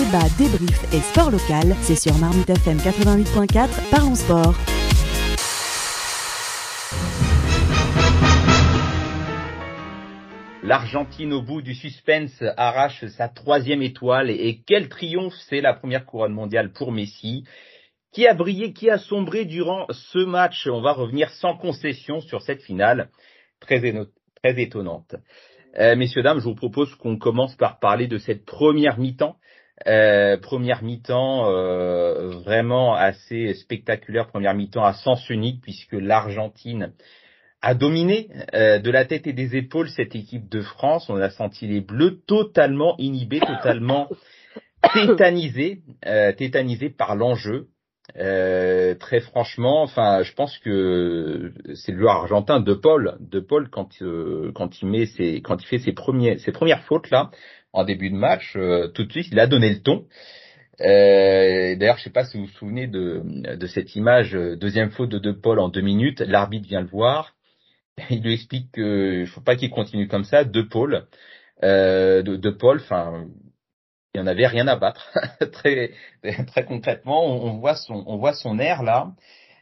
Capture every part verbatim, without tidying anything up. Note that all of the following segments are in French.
débat, débrief et sport local, c'est sur Marmite F M quatre-vingt-huit point quatre, Parlons Sport. L'Argentine, au bout du suspense, arrache sa troisième étoile et quel triomphe, c'est la première couronne mondiale pour Messi. Qui a brillé, qui a sombré durant ce match? On va revenir sans concession sur cette finale très, éno- très étonnante. Euh, messieurs, dames, je vous propose qu'on commence par parler de cette première mi-temps. Euh, première mi-temps euh, vraiment assez spectaculaire, première mi-temps à sens unique puisque l'Argentine a dominé euh, de la tête et des épaules cette équipe de France. On a senti les Bleus totalement inhibés, totalement tétanisés, euh, tétanisés par l'enjeu. Euh, très franchement, enfin, je pense que c'est le joueur argentin De Paul, De Paul quand euh, quand il met ses quand il fait ses premiers ses premières fautes là en début de match, euh, tout de suite il a donné le ton. Euh, d'ailleurs, je sais pas si vous vous souvenez de de cette image, euh, deuxième faute de De Paul en deux minutes, l'arbitre vient le voir. Il lui explique qu'il faut pas qu'il continue comme ça. De Paul, euh, de, de Paul, enfin, il y en avait rien à battre. très, très concrètement, on, on voit son, on voit son air là.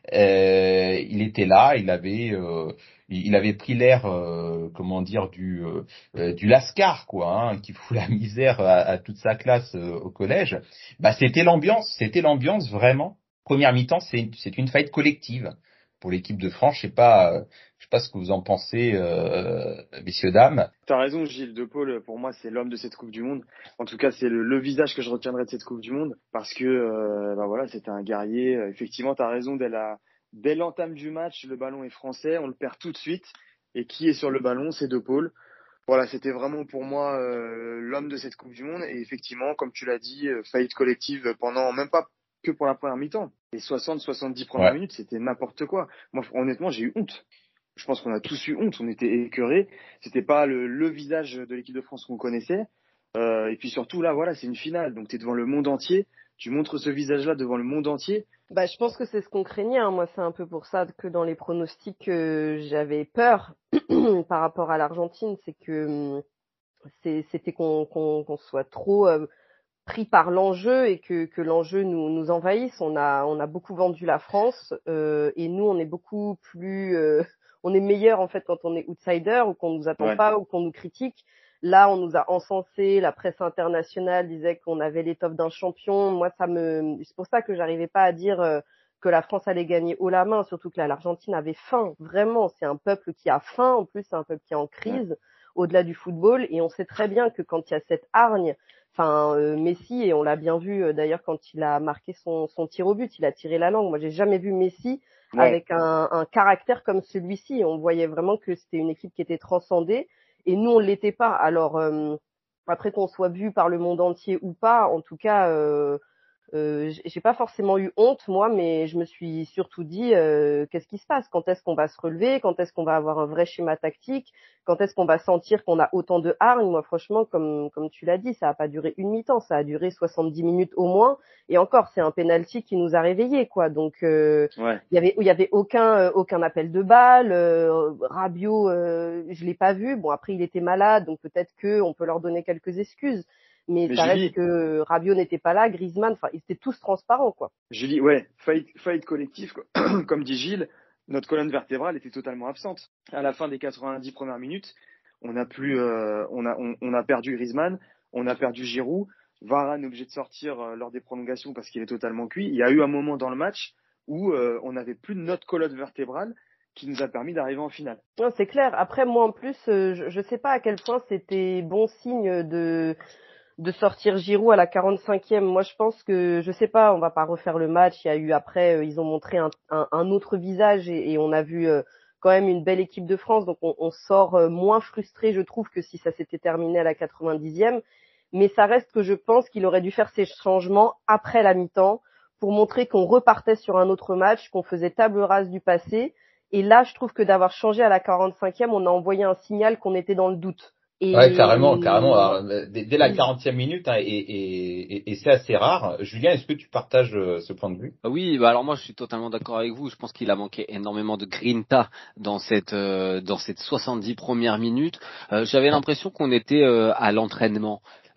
Euh, il était là, il avait, euh, il il avait pris l'air, euh, comment dire, du, euh, euh, du Lascar quoi, hein, qui fout la misère à, à toute sa classe euh, au collège. Bah, c'était l'ambiance, c'était l'ambiance vraiment. Première mi-temps, c'est, c'est une faillite collective pour l'équipe de France. Je sais pas, euh, je sais pas ce que vous en pensez, euh, messieurs dames. T'as raison, Gilles De Paul, pour moi, c'est l'homme de cette Coupe du Monde. En tout cas, c'est le, le visage que je retiendrai de cette Coupe du Monde parce que, euh, bah voilà, c'était un guerrier. Effectivement, t'as raison, dès la, dès l'entame du match, le ballon est français, on le perd tout de suite. Et qui est sur le ballon? C'est De Paul. Voilà, c'était vraiment pour moi euh, l'homme de cette Coupe du Monde. Et effectivement, comme tu l'as dit, euh, faillite collective pendant, même pas que pour la première mi-temps. Les soixante soixante-dix premières Ouais. minutes, c'était n'importe quoi. Moi, honnêtement, j'ai eu honte. Je pense qu'on a tous eu honte, on était écœurés. C'était pas le, le visage de l'équipe de France qu'on connaissait. Euh, et puis surtout là, voilà, c'est une finale, donc tu es devant le monde entier. Tu montres ce visage-là devant le monde entier. Bah, je pense que c'est ce qu'on craignait. Hein. Moi, c'est un peu pour ça que dans les pronostics, euh, j'avais peur par rapport à l'Argentine, c'est que c'est, c'était qu'on, qu'on, qu'on soit trop euh, pris par l'enjeu et que, que l'enjeu nous, nous envahisse. On a, on a beaucoup vendu la France euh, et nous, on est beaucoup plus, euh, on est meilleur en fait quand on est outsider ou qu'on nous attend Ouais. pas ou qu'on nous critique. Là, on nous a encensé, la presse internationale disait qu'on avait l'étoffe d'un champion. Moi, ça me, c'est pour ça que j'arrivais pas à dire euh, que la France allait gagner haut la main, surtout que là, l'Argentine avait faim. Vraiment, c'est un peuple qui a faim. En plus, c'est un peuple qui est en crise. Ouais. Au-delà du football, et on sait très bien que quand il y a cette hargne, enfin euh, Messi, et on l'a bien vu euh, d'ailleurs quand il a marqué son, son tir au but, il a tiré la langue. Moi, j'ai jamais vu Messi ouais. avec un, un caractère comme celui-ci. On voyait vraiment que c'était une équipe qui était transcendée, et nous on l'était pas. Alors euh, après qu'on soit vu par le monde entier ou pas, en tout cas. Euh, Euh, j'ai pas forcément eu honte moi, mais je me suis surtout dit euh, qu'est-ce qui se passe, quand est-ce qu'on va se relever, quand est-ce qu'on va avoir un vrai schéma tactique, quand est-ce qu'on va sentir qu'on a autant de hargne. Moi franchement, comme comme tu l'as dit, ça a pas duré une mi-temps, ça a duré soixante-dix minutes au moins, et encore c'est un penalty qui nous a réveillés quoi. Donc euh, ouais. il y avait il y avait aucun euh, aucun appel de balle. euh, Rabiot euh, je l'ai pas vu, bon après il était malade, donc peut-être que on peut leur donner quelques excuses. Mais, mais ça Julie, reste que Rabiot n'était pas là, Griezmann, enfin, ils étaient tous transparents, quoi. Julie, ouais, faillite, faillite collective, quoi. Comme dit Gilles, notre colonne vertébrale était totalement absente. À la fin des quatre-vingt-dix premières minutes, on a plus, euh, on a, on, on a perdu Griezmann, on a perdu Giroud, Varane est obligé de sortir euh, lors des prolongations parce qu'il est totalement cuit. Il y a eu un moment dans le match où euh, on n'avait plus de notre colonne vertébrale qui nous a permis d'arriver en finale. Non, c'est clair. Après, moi, en plus, euh, je, je sais pas à quel point c'était bon signe de de sortir Giroud à la quarante-cinquième. Moi, je pense que, je sais pas, on va pas refaire le match. Il y a eu après, euh, ils ont montré un, un, un autre visage et, et on a vu euh, quand même une belle équipe de France. Donc, on, on sort euh, moins frustré, je trouve, que si ça s'était terminé à la quatre-vingt-dixième. Mais ça reste que je pense qu'il aurait dû faire ces changements après la mi-temps pour montrer qu'on repartait sur un autre match, qu'on faisait table rase du passé. Et là, je trouve que d'avoir changé à la quarante-cinquième, on a envoyé un signal qu'on était dans le doute. Et... Ouais, carrément, carrément. Alors, dès, dès la quarantième minute, hein, et, et, et, et c'est assez rare. Julien, est-ce que tu partages ce point de vue? Oui, bah alors moi je suis totalement d'accord avec vous. Je pense qu'il a manqué énormément de grinta dans cette euh, dans cette soixante-dix premières minutes. Euh, j'avais l'impression qu'on était euh, à l'entraînement.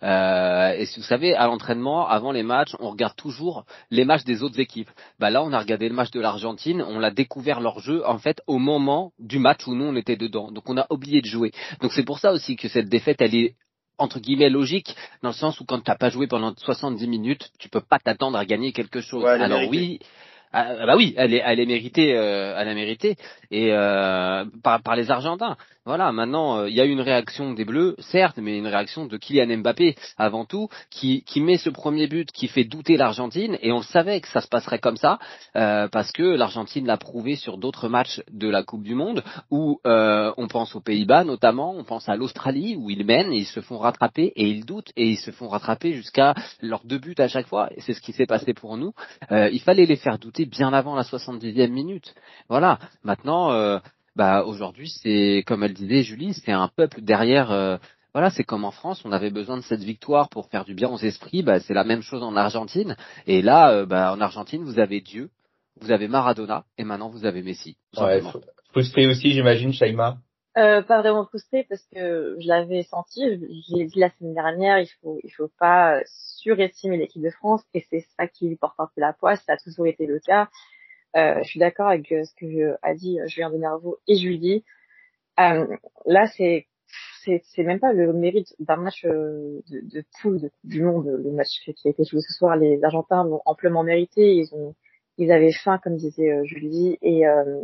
Euh, et si vous savez, à l'entraînement, avant les matchs, on regarde toujours les matchs des autres équipes. Bah là, on a regardé le match de l'Argentine, on a découvert leur jeu en fait au moment du match où nous on était dedans. Donc on a oublié de jouer. Donc c'est pour ça aussi que cette défaite, elle est entre guillemets logique, dans le sens où quand t'as pas joué pendant soixante-dix minutes, tu peux pas t'attendre à gagner quelque chose. Ouais, elle est Alors méritée. oui, ah, bah oui, elle est, elle est méritée, euh, elle a mérité, et euh, par, par les Argentins. Voilà, maintenant euh, il y a eu une réaction des Bleus, certes, mais une réaction de Kylian Mbappé avant tout, qui, qui met ce premier but, qui fait douter l'Argentine, et on le savait que ça se passerait comme ça, euh, parce que l'Argentine l'a prouvé sur d'autres matchs de la Coupe du Monde, où euh, on pense aux Pays-Bas notamment, on pense à l'Australie où ils mènent, et ils se font rattraper et ils doutent, et ils se font rattraper jusqu'à leurs deux buts à chaque fois, et c'est ce qui s'est passé pour nous. Euh, il fallait les faire douter bien avant la soixante-dixième minute. Voilà. Maintenant, euh, bah aujourd'hui, c'est comme elle disait Julie, c'est un peuple derrière. Euh, voilà, c'est comme en France, on avait besoin de cette victoire pour faire du bien aux esprits. Bah, c'est la même chose en Argentine. Et là, euh, bah, en Argentine, vous avez Dieu, vous avez Maradona, et maintenant vous avez Messi. Tout Ouais, simplement. fr- frustré aussi, j'imagine, Shaima. Euh, pas vraiment frustrée parce que je l'avais senti, je l'ai dit la semaine dernière, il faut il faut pas surestimer l'équipe de France et c'est ça qui lui porte un peu la poisse, ça a toujours été le cas. Euh, je suis d'accord avec euh, ce que a dit euh, Julien Denervaux et Julie. Euh, là, c'est c'est c'est même pas le mérite d'un match euh, de, de poule de Coupe du Monde, le match qui a été joué ce soir. Les Argentins l'ont amplement mérité. Ils ont ils avaient faim, comme disait euh, Julie, et euh,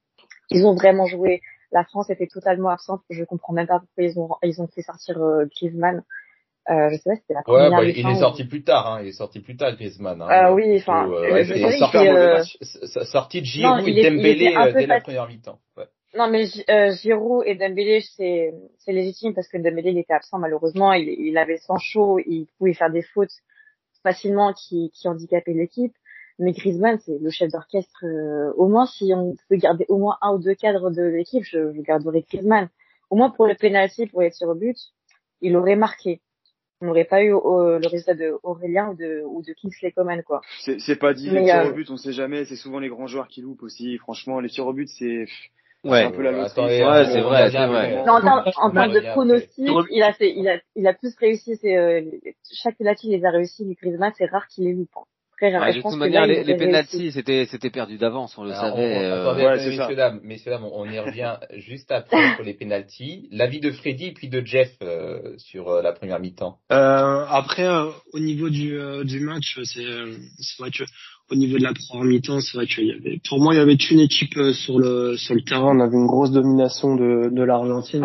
ils ont vraiment joué. La France était totalement absente. Je comprends même pas pourquoi ils ont ils ont fait sortir euh, Griezmann. Euh, je sais pas, c'était la Ouais, première bah, il est mi-temps. sorti plus tard, hein. Il est sorti plus tard, Griezmann, hein. Euh, Euh, oui, plutôt, enfin, euh, je ouais, je c'est savais sorti, qu'il euh, euh, sorti de non, Giroud il, et est, il était Dembélé un euh, peu dès la fatigué. première mi-temps. Ouais. Non, mais Gi- euh, Giroud et Dembélé, c'est c'est légitime parce que Dembélé il était absent malheureusement, il, il avait sang chaud, il pouvait faire des fautes facilement qui qui handicapaient l'équipe. Mais Griezmann, c'est le chef d'orchestre. euh, au moins, si on peut garder au moins un ou deux cadres de l'équipe, je, je garderais Griezmann. Au moins pour le penalty, pour les tirs au but, il aurait marqué. On n'aurait pas eu euh, le résultat de Aurélien ou de ou de Kingsley Coman quoi. C'est, c'est pas dit, les Mais tirs au euh, but, on sait jamais, c'est souvent les grands joueurs qui loupent aussi. Franchement, les tirs au but, c'est, c'est un Ouais. peu la Euh, loterie, attendez, c'est un Ouais, peu c'est le, on, on y vrai, revient c'est le vrai. après. mais en moment. termes en On y termes de revient après. pronostic, il a fait il a il a plus réussi, c'est euh, chaque penalty il les a réussi. Du Griezmann, c'est rare qu'il les loupe. Hein. Très rare. Ouais, Et de je toute pense que là manière, il les, les aurait réussi. pénaltys, c'était, c'était perdu d'avance, on le Alors, on, savait. on- Euh... attendez, Ouais, attendez, c'est ça. messieurs, dames, messieurs, dames, on y revient juste après sur les pénaltys. L'avis de Freddy puis de Jeff euh, sur euh, la première mi-temps. Euh, après, euh, au niveau du, euh, du match, c'est, euh, c'est vrai que au niveau de la première mi-temps, c'est vrai qu'il y avait, pour moi, il y avait une équipe euh, sur le sur le terrain. On avait une grosse domination de, de l'Argentine.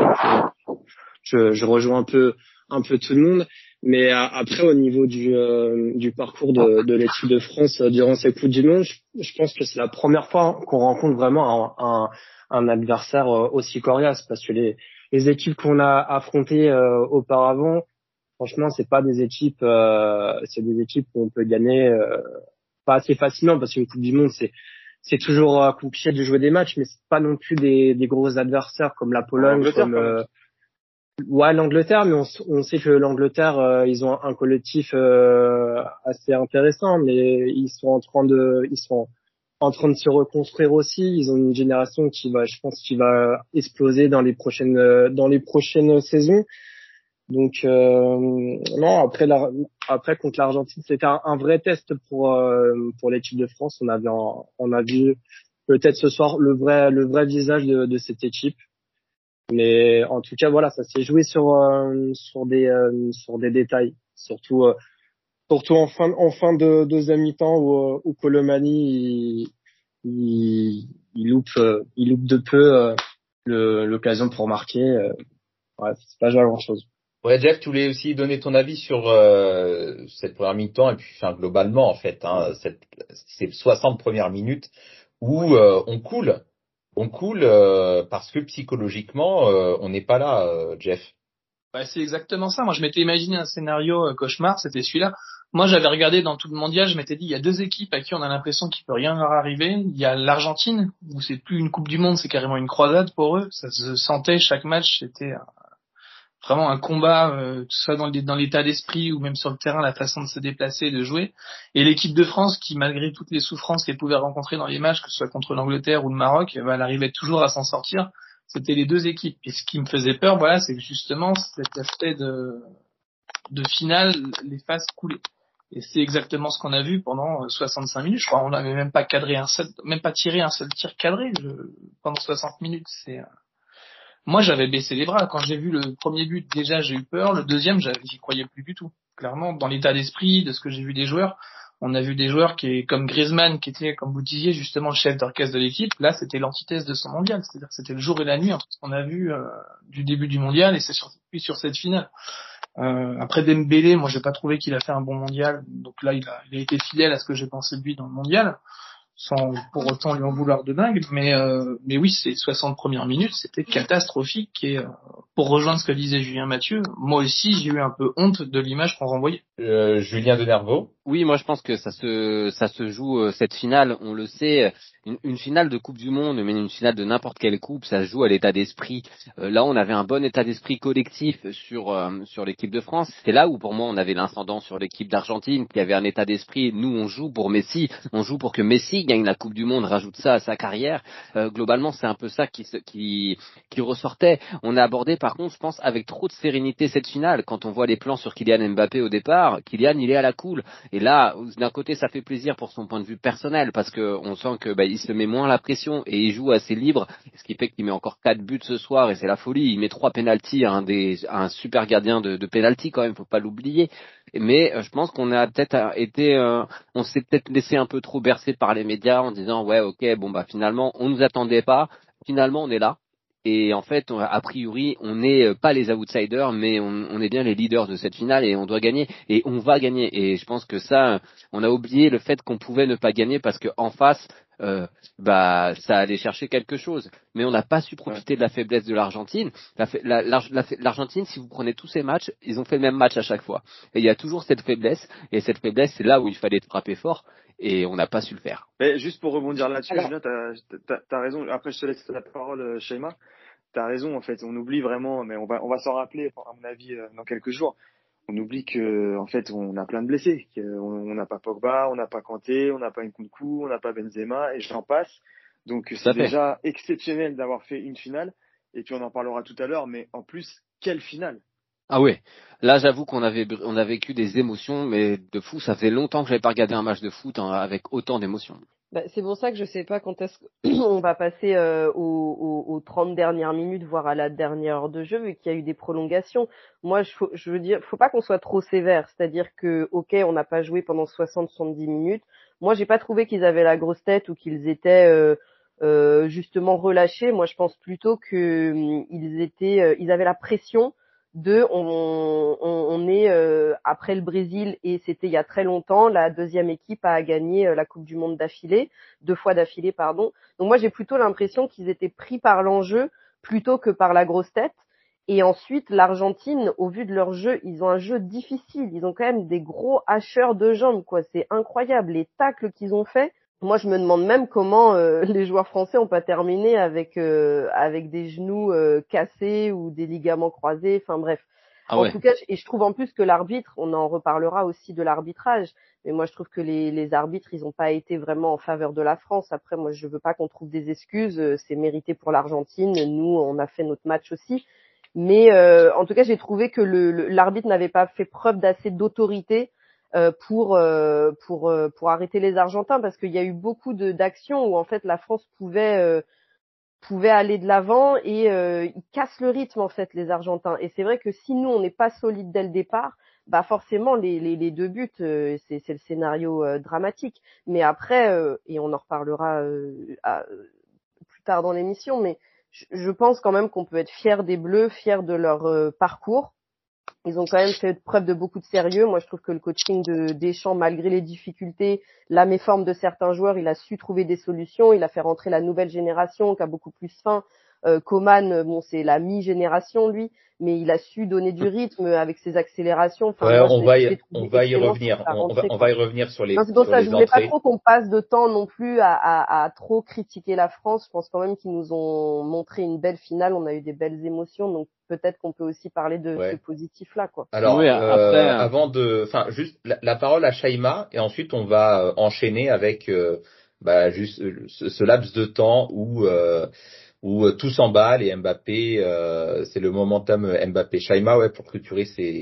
Je, je rejoins un peu un peu tout le monde. Mais euh, après, au niveau du euh, du parcours de, de l'équipe de France euh, durant ces Coupes du Monde, je, je pense que c'est la première fois qu'on rencontre vraiment un, un, un adversaire euh, aussi coriace, parce que les les équipes qu'on a affrontées euh, auparavant, franchement, c'est pas des équipes, euh, c'est des équipes où on peut gagner euh, pas assez facilement, parce qu'une Coupe du Monde, c'est c'est toujours euh, compliqué de jouer des matchs, mais c'est pas non plus des, des gros adversaires comme la En Pologne, Angleterre, comme quand même. euh, ouais l'Angleterre, mais on, s- on sait que l'Angleterre, euh, ils ont un collectif euh, assez intéressant, mais ils sont en train de, ils sont en train de se reconstruire aussi. Ils ont une génération qui va, je pense, qui va exploser dans les prochaines, euh, dans les prochaines saisons. Donc euh, non, après la, après contre l'Argentine, c'était un, un vrai test pour euh, pour l'équipe de France. On avait en- on a vu peut-être ce soir le vrai le vrai visage de, de cette équipe. Mais en tout cas voilà, ça s'est joué sur euh, sur des euh, sur des détails, surtout euh, surtout en fin en fin de deuxième mi-temps où euh, où Colomani il, il, il loupe euh, il loupe de peu euh, le, l'occasion pour marquer. Euh, ouais, c'est pas joué à grand chose. Ouais, Jeff, tu voulais aussi donner ton avis sur euh, cette première mi-temps et puis enfin, globalement en fait, hein, cette, ces soixante premières minutes où euh, on coule, on coule euh, parce que psychologiquement euh, on n'est pas là, euh, Jeff. Bah, c'est exactement ça. Moi, je m'étais imaginé un scénario euh, cauchemar, c'était celui-là. Moi, j'avais regardé dans tout le mondial, je m'étais dit, il y a deux équipes à qui on a l'impression qu'il peut rien leur arriver. Il y a l'Argentine, où c'est plus une Coupe du Monde, c'est carrément une croisade pour eux. Ça se sentait, chaque match, c'était vraiment un combat, euh, que ce soit dans, dans l'état d'esprit ou même sur le terrain, la façon de se déplacer et de jouer. Et l'équipe de France, qui malgré toutes les souffrances qu'elle pouvait rencontrer dans les matchs, que ce soit contre l'Angleterre ou le Maroc, bah, elle arrivait toujours à s'en sortir. C'était les deux équipes. Et ce qui me faisait peur, voilà, c'est que justement cet aspect de de finale les fasse couler. Et c'est exactement ce qu'on a vu pendant soixante-cinq minutes. Je crois on n'avait même pas cadré un seul, même pas tiré un seul tir cadré je, pendant soixante minutes. C'est Moi, j'avais baissé les bras. Quand j'ai vu le premier but, déjà, j'ai eu peur. Le deuxième, j'y croyais plus du tout. Clairement, dans l'état d'esprit, de ce que j'ai vu des joueurs, on a vu des joueurs qui, comme Griezmann, qui était, comme vous disiez, justement le chef d'orchestre de l'équipe. Là, c'était l'antithèse de son mondial. C'est-à-dire que c'était le jour et la nuit entre ce qu'on a vu euh, du début du mondial et c'est sur, puis sur cette finale. Euh, après Dembélé, moi, j'ai pas trouvé qu'il a fait un bon mondial. Donc là, il a, il a été fidèle à ce que j'ai pensé de lui dans le mondial, sans pour autant lui en vouloir de dingue, mais euh, mais oui, ces soixante premières minutes, c'était catastrophique et euh, pour rejoindre ce que disait Julien Mathieu, moi aussi j'ai eu un peu honte de l'image qu'on renvoyait. Euh, Julien Denervaux. Oui, moi je pense que ça se ça se joue euh, cette finale, on le sait, une, une finale de Coupe du Monde, mais une finale de n'importe quelle coupe, ça se joue à l'état d'esprit. Euh, là, on avait un bon état d'esprit collectif sur euh, sur l'équipe de France. C'est là où pour moi on avait l'incendant sur l'équipe d'Argentine, qui avait un état d'esprit. Nous, on joue pour Messi, on joue pour que Messi gagne la Coupe du Monde, rajoute ça à sa carrière. Euh, globalement, c'est un peu ça qui qui qui ressortait. On a abordé par contre, je pense, avec trop de sérénité cette finale. Quand on voit les plans sur Kylian Mbappé au départ, Kylian il est à la cool. Et là, d'un côté, ça fait plaisir pour son point de vue personnel parce que on sent que bah, il se met moins la pression et il joue assez libre, ce qui fait qu'il met encore quatre buts ce soir et c'est la folie. Il met trois pénaltys à un des à un super gardien de, de pénalty quand même, faut pas l'oublier. Mais euh, je pense qu'on a peut-être été, euh, on s'est peut-être laissé un peu trop bercer par les médias en disant ouais, ok, bon bah finalement, on nous attendait pas. Finalement, on est là. Et en fait, on, a priori, on n'est pas les outsiders, mais on, on est bien les leaders de cette finale et on doit gagner et on va gagner. Et je pense que ça, on a oublié le fait qu'on pouvait ne pas gagner parce que en face, euh, bah, ça allait chercher quelque chose. Mais on n'a pas su profiter de la faiblesse de l'Argentine. La, la, la, la, L'Argentine, si vous prenez tous ces matchs, ils ont fait le même match à chaque fois. Et il y a toujours cette faiblesse. Et cette faiblesse, c'est là où il fallait frapper fort. Et on n'a pas su le faire. Mais juste pour rebondir là-dessus, Julien, t'as, t'as, t'as raison. Après, je te laisse la parole, Shaima. T'as raison, en fait. On oublie vraiment, mais on va, on va s'en rappeler, à mon avis, dans quelques jours. On oublie que, en fait, on a plein de blessés. On n'a pas Pogba, on n'a pas Kanté, on n'a pas Nkunku, on n'a pas Benzema, et j'en passe. Donc, c'est déjà exceptionnel d'avoir fait une finale. Et puis, on en parlera tout à l'heure, mais en plus, quelle finale! Ah ouais, là j'avoue qu'on avait on a vécu des émotions, mais de fou. Ça fait longtemps que j'avais pas regardé un match de foot hein, avec autant d'émotions. Bah, c'est pour ça que je sais pas quand est-ce qu'on va passer euh, aux, aux, aux trente dernières minutes, voire à la dernière heure de jeu, vu qu'il y a eu des prolongations. Moi, je, je veux dire, faut pas qu'on soit trop sévère. C'est-à-dire que, ok, on n'a pas joué pendant soixante à soixante-dix minutes. Moi, j'ai pas trouvé qu'ils avaient la grosse tête ou qu'ils étaient euh, euh, justement relâchés. Moi, je pense plutôt que euh, ils étaient, euh, ils avaient la pression. De, on, on, on est euh, après le Brésil et c'était il y a très longtemps, la deuxième équipe a gagné euh, la Coupe du Monde d'affilée, deux fois d'affilée, pardon. Donc moi j'ai plutôt l'impression qu'ils étaient pris par l'enjeu plutôt que par la grosse tête. Et ensuite l'Argentine, au vu de leur jeu, ils ont un jeu difficile, ils ont quand même des gros hacheurs de jambes, quoi. C'est incroyable les tacles qu'ils ont faits. Moi, je me demande même comment euh, les joueurs français ont pas terminé avec euh, avec des genoux euh, cassés ou des ligaments croisés. Enfin bref. Ah en ouais. tout cas, et je trouve en plus que l'arbitre, on en reparlera aussi de l'arbitrage, mais moi je trouve que les, les arbitres, ils ont pas été vraiment en faveur de la France. Après, moi, je veux pas qu'on trouve des excuses. C'est mérité pour l'Argentine. Nous, on a fait notre match aussi. Mais euh, en tout cas, j'ai trouvé que le, le, l'arbitre n'avait pas fait preuve d'assez d'autorité. Euh, pour euh, pour euh, pour arrêter les Argentins parce qu'il y a eu beaucoup de d'actions où en fait la France pouvait euh, pouvait aller de l'avant et euh, ils cassent le rythme en fait les Argentins et c'est vrai que si nous on n'est pas solide dès le départ bah forcément les les, les deux buts euh, c'est c'est le scénario euh, dramatique mais après euh, et on en reparlera euh, à, plus tard dans l'émission mais je, je pense quand même qu'on peut être fier des Bleus, fier de leur euh, parcours. Ils ont quand même fait preuve de beaucoup de sérieux. Moi, je trouve que le coaching de Deschamps, malgré les difficultés, la méforme de certains joueurs, il a su trouver des solutions. Il a fait rentrer la nouvelle génération qui a beaucoup plus faim. Euh, Coman, bon, c'est la mi-génération, lui, mais il a su donner du rythme avec ses accélérations. Enfin, ouais, moi, on, va y, on va y revenir. On, rentrée, on va y revenir sur les. Non, c'est pour sur ça, les je voulais entrées. pas trop qu'on passe de temps non plus à, à, à trop critiquer la France. Je pense quand même qu'ils nous ont montré une belle finale. On a eu des belles émotions, donc peut-être qu'on peut aussi parler de ouais. ce positif-là, quoi. Alors, oui, euh, après, avant de, enfin, juste la, la parole à Shaima et ensuite on va euh, enchaîner avec euh, bah, juste euh, ce, ce laps de temps où euh, où euh, tout s'emballe et Mbappé, euh, c'est le momentum Mbappé. Shaima, ouais, pour clôturer ces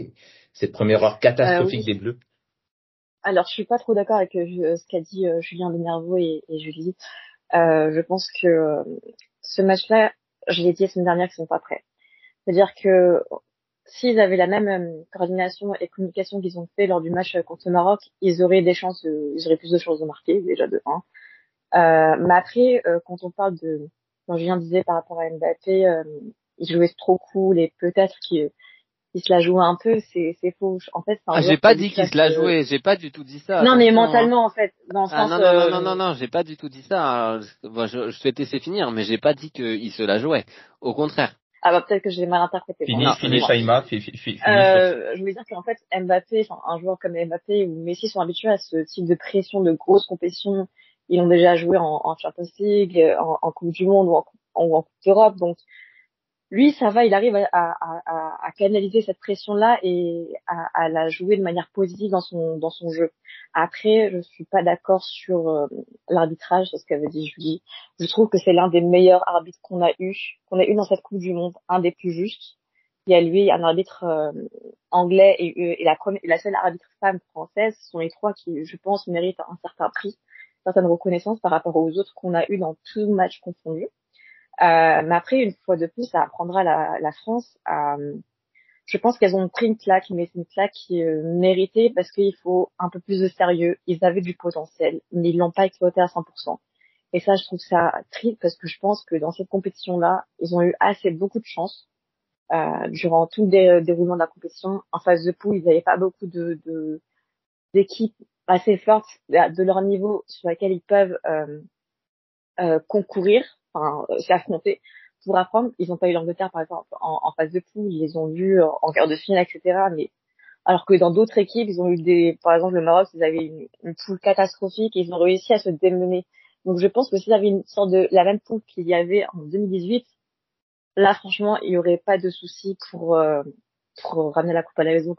cette première heure catastrophique euh, oui. des Bleus? Alors, je suis pas trop d'accord avec euh, ce qu'a dit euh, Julien Denervaux et, et Julie. Euh, je pense que euh, ce match-là, je l'ai dit la semaine dernière, qu'ils sont pas prêts. C'est-à-dire que s'ils avaient la même euh, coordination et communication qu'ils ont fait lors du match contre le Maroc, ils auraient des chances, de, ils auraient plus de chances de marquer, déjà de un. Euh, mais après, euh, quand on parle de, quand Julien disait par rapport à Mbappé, euh, il jouait trop cool et peut-être qu'il il se la jouait un peu, c'est, c'est faux. En fait, c'est un Ah, joueur j'ai pas qui a dit du qu'il classe. se la Euh... jouait, j'ai pas du tout dit ça. Non, mais Attention, hein. mentalement, en fait, dans le Ah sens. non non non Euh... non non non, j'ai pas du tout dit ça. Bon, je, je souhaitais laisser finir, mais j'ai pas dit qu'il se la jouait. Au contraire. Ah bah peut-être que j'ai mal interprété. Fini, Bon, fini, j'ai- Shaima, fi- fi- fi- fini sur ce. Euh, je voulais dire qu'en fait, Mbappé, enfin, un joueur comme Mbappé ou Messi sont habitués à ce type de pression de grosses compétitions. Ils ont déjà joué en, en Champions League, en, en Coupe du Monde ou en, en, ou en Coupe d'Europe. Donc, lui, ça va, il arrive à, à, à, à canaliser cette pression-là et à, à la jouer de manière positive dans son, dans son jeu. Après, je suis pas d'accord sur euh, l'arbitrage, c'est ce qu'avait dit Julie. Je trouve que c'est l'un des meilleurs arbitres qu'on a eu, qu'on a eu dans cette Coupe du Monde, un des plus justes. Il y a lui, un arbitre euh, anglais et, et la première, et la seule arbitre femme française. Ce sont les trois qui, je pense, méritent un certain prix, une certaine reconnaissance par rapport aux autres qu'on a eu dans tout match confondu. Euh, mais après, une fois de plus, ça apprendra la, la France à... Je pense qu'elles ont pris une claque, mais c'est une claque qui est euh, méritée parce qu'il faut un peu plus de sérieux. Ils avaient du potentiel, mais ils l'ont pas exploité à cent pour cent. Et ça, je trouve ça triste parce que je pense que dans cette compétition-là, ils ont eu assez beaucoup de chance. Euh, durant tout le dé- déroulement de la compétition, en phase de poule, ils n'avaient pas beaucoup de, de d'équipes assez fortes de leur niveau sur laquelle ils peuvent euh, euh, concourir, enfin euh, s'affronter pour apprendre. Ils n'ont pas eu l'Angleterre par exemple en, en phase de poule, ils les ont vus en, en quart de finale, et cetera. Mais alors que dans d'autres équipes, ils ont eu des, par exemple le Maroc, ils avaient une, une poule catastrophique et ils ont réussi à se démener. Donc je pense que s'ils avaient une sorte de la même poule qu'il y avait en deux mille dix-huit, là franchement il y aurait pas de souci pour euh, pour ramener la coupe à la maison.